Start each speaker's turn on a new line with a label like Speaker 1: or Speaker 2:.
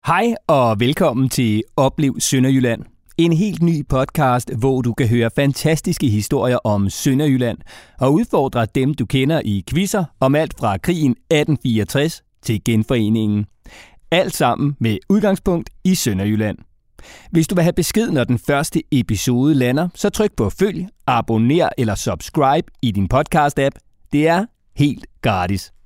Speaker 1: Hej og velkommen til Oplev Sønderjylland. En helt ny podcast, hvor du kan høre fantastiske historier om Sønderjylland og udfordre dem, du kender i quizzer om alt fra krigen 1864 til genforeningen. Alt sammen med udgangspunkt i Sønderjylland. Hvis du vil have besked, når den første episode lander, så tryk på følg, abonner eller subscribe i din podcast-app. Det er helt gratis.